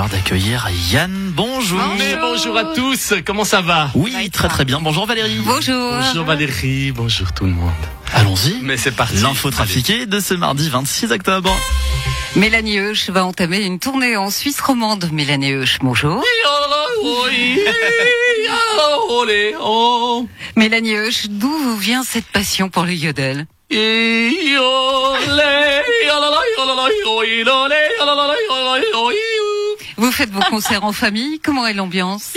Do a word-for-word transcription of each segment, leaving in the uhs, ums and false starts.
l'heure d'accueillir Yann. Bonjour. Mais bonjour à tous, comment ça va? Oui, très très bien. Bonjour Valérie. Bonjour. Bonjour Valérie, bonjour tout le monde. Allons-y. Mais c'est parti. L'info trafiquée de ce mardi vingt-six octobre. Mélanie Heusch va entamer une tournée en Suisse romande. Mélanie Heusch, bonjour. Mélanie Heusch, d'où vous vient cette passion pour le yodel? Vous faites vos concerts en famille, comment est l'ambiance?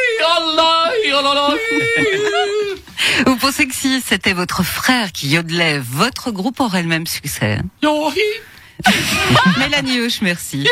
Vous pensez que si c'était votre frère qui yodelait, votre groupe aurait le même succès? Mélanie Heusch, merci.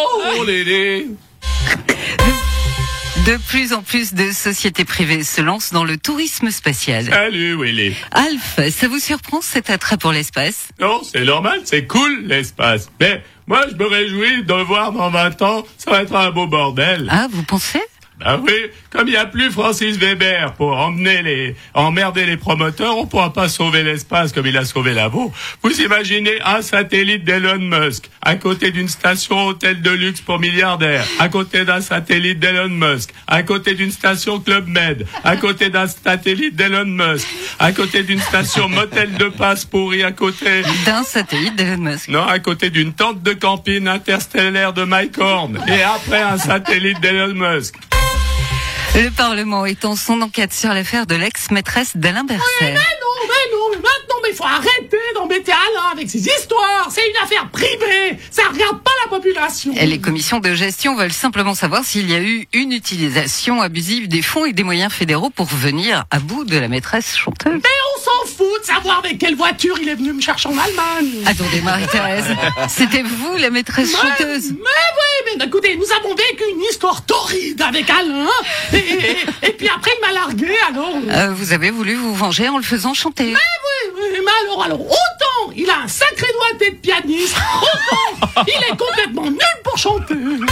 De plus en plus de sociétés privées se lancent dans le tourisme spatial. Salut Willy. Alf, ça vous surprend cet attrait pour l'espace? Non, c'est normal, c'est cool l'espace. Mais moi je me réjouis de voir dans vingt ans, ça va être un beau bordel. Ah, vous pensez? Ben oui, comme il n'y a plus Francis Weber pour emmener les, emmerder les promoteurs, on ne pourra pas sauver l'espace comme il a sauvé la Vaud. Vous imaginez un satellite d'Elon Musk, à côté d'une station hôtel de luxe pour milliardaires, à côté d'un satellite d'Elon Musk, à côté d'une station Club Med, à côté d'un satellite d'Elon Musk, à côté d'une station motel de passe pourri, à côté... D'un satellite d'Elon Musk. Non, à côté d'une tente de camping interstellaire de Mike Horn, et après un satellite d'Elon Musk. Le Parlement étend son enquête sur l'affaire de l'ex-maîtresse d'Alain Berset. Mais non, mais non, mais maintenant, mais il faut arrêter d'embêter Alain avec ses histoires. C'est une affaire privée. Ça regarde pas la population. Et les commissions de gestion veulent simplement savoir s'il y a eu une utilisation abusive des fonds et des moyens fédéraux pour venir à bout de la maîtresse chanteuse. Mais on s'en fout de savoir avec quelle voiture il est venu me chercher en Allemagne. Attendez, Marie-Thérèse, c'était vous la maîtresse mais, chanteuse? Mais oui, mais écoutez, nous avons vécu une histoire torride avec Alain. Et, et, et puis après, il m'a largué, alors... Euh, vous avez voulu vous venger en le faisant chanter. Mais oui, oui, mais alors, alors, autant il a un sacré doigté de pianiste, autant il est complètement nul pour chanter.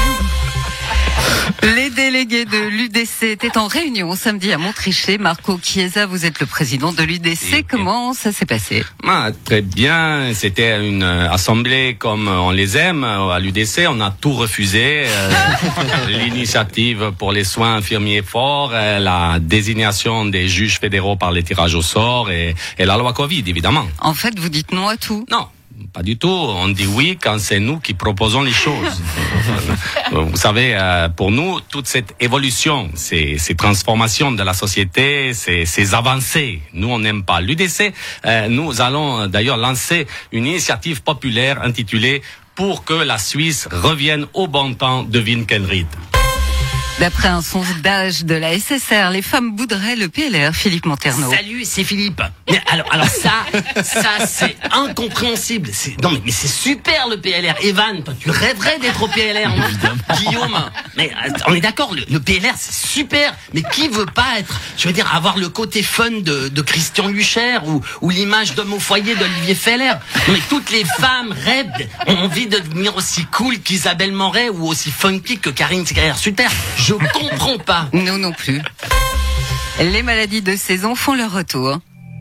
Les délégués de l'U D C étaient en réunion samedi à Montrichet. Marco Chiesa, vous êtes le président de l'U D C. Comment ça s'est passé? Ah, très bien. C'était une assemblée comme on les aime à l'U D C. On a tout refusé. Euh, l'initiative pour les soins infirmiers forts, euh, la désignation des juges fédéraux par les tirages au sort et, et la loi Covid, évidemment. En fait, vous dites non à tout? Non. Pas du tout. On dit oui quand c'est nous qui proposons les choses. Vous savez, pour nous, toute cette évolution, ces, ces transformations de la société, ces, ces avancées, nous, on n'aime pas. L'U D C, nous allons d'ailleurs lancer une initiative populaire intitulée « Pour que la Suisse revienne au bon temps de Winkelried ». D'après un sondage de la S S R, les femmes boudraient le P L R. Philippe Monterneau. Salut, c'est Philippe. Mais alors, alors ça, ça c'est incompréhensible. C'est, non mais, mais c'est super le P L R. Evan, toi tu rêverais d'être au P L R. Non Guillaume, mais on est d'accord, le, le P L R c'est super. Mais qui veut pas être, je veux dire, avoir le côté fun de, de Christian Lucher ou, ou l'image d'homme au foyer d'Olivier Feller. Non mais toutes les femmes rêvent, ont envie de devenir aussi cool qu'Isabelle Moret ou aussi funky que Karine Carrière-Sutter. Je comprends pas. Nous non plus. Les maladies de saison font leur retour.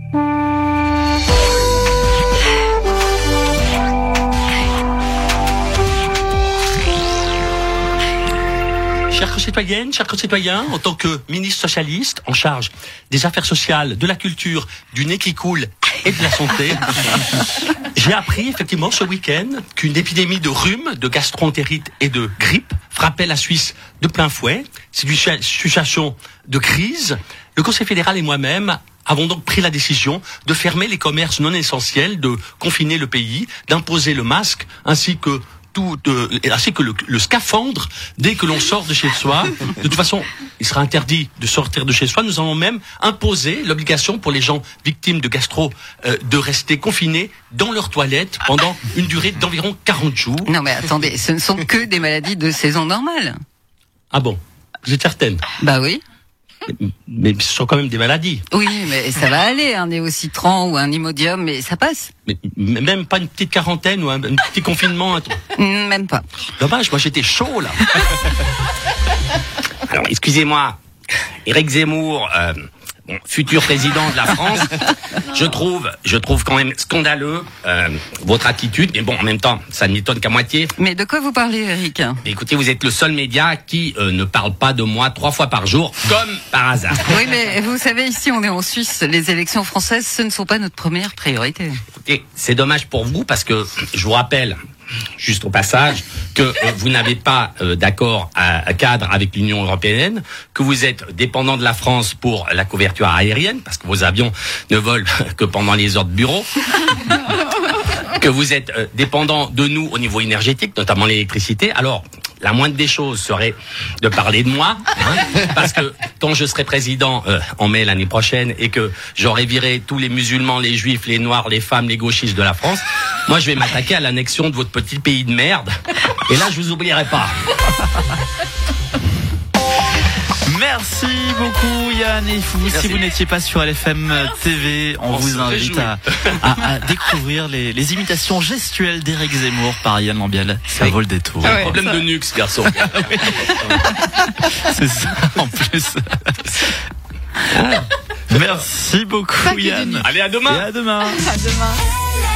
Chers concitoyennes, chers concitoyens, en tant que ministre socialiste en charge des affaires sociales, de la culture, du nez qui coule et de la santé, j'ai appris effectivement ce week-end qu'une épidémie de rhume, de gastroentérite et de grippe frappait la Suisse de plein fouet. C'est une situation de crise. Le Conseil fédéral et moi-même avons donc pris la décision de fermer les commerces non essentiels, de confiner le pays, d'imposer le masque ainsi que tout, euh, ainsi que le, le scaphandre dès que l'on sort de chez soi. De toute façon, il sera interdit de sortir de chez soi. Nous allons même imposer l'obligation pour les gens victimes de gastro euh, de rester confinés dans leurs toilettes pendant une durée d'environ quarante jours. Non mais attendez, ce ne sont que des maladies de saison normale. Ah bon? Vous êtes certaine? Bah oui. Mais, mais ce sont quand même des maladies. Oui, mais ça va aller, un néocitran ou un imodium, mais ça passe. Mais même pas une petite quarantaine ou un, un petit confinement? Un truc. Même pas. Dommage, moi j'étais chaud là. Alors excusez-moi, Éric Zemmour, euh, bon, futur président de la France, je trouve, je trouve quand même scandaleux euh, votre attitude. Mais bon, en même temps, ça ne m'étonne qu'à moitié. Mais de quoi vous parlez, Eric? Écoutez, vous êtes le seul média qui euh, ne parle pas de moi trois fois par jour, comme par hasard. Oui, mais vous savez, ici, on est en Suisse. Les élections françaises, ce ne sont pas notre première priorité. Écoutez, c'est dommage pour vous parce que je vous rappelle, juste au passage, que euh, vous n'avez pas euh, d'accord à, à cadre avec l'Union européenne, que vous êtes dépendant de la France pour la couverture aérienne, parce que vos avions ne volent que pendant les heures de bureau, que vous êtes euh, dépendant de nous au niveau énergétique, notamment l'électricité. Alors, la moindre des choses serait de parler de moi, hein, parce que quand je serai président euh, en mai l'année prochaine et que j'aurai viré tous les musulmans, les juifs, les noirs, les femmes, les gauchistes de la France, moi je vais m'attaquer à l'annexion de votre petit pays de merde. Et là, je vous oublierai pas. Merci beaucoup Yann, et vous, si vous n'étiez pas sur L F M T V, on, On vous se invite à, à, à découvrir les, les imitations gestuelles d'Éric Zemmour par Yann Lambiel. Ça Oui. vaut le détour. Ah ouais. Problème de nux, garçon. C'est ça en plus. Merci beaucoup Pas que du Yann. nus. Allez, à demain. Et à demain. À demain.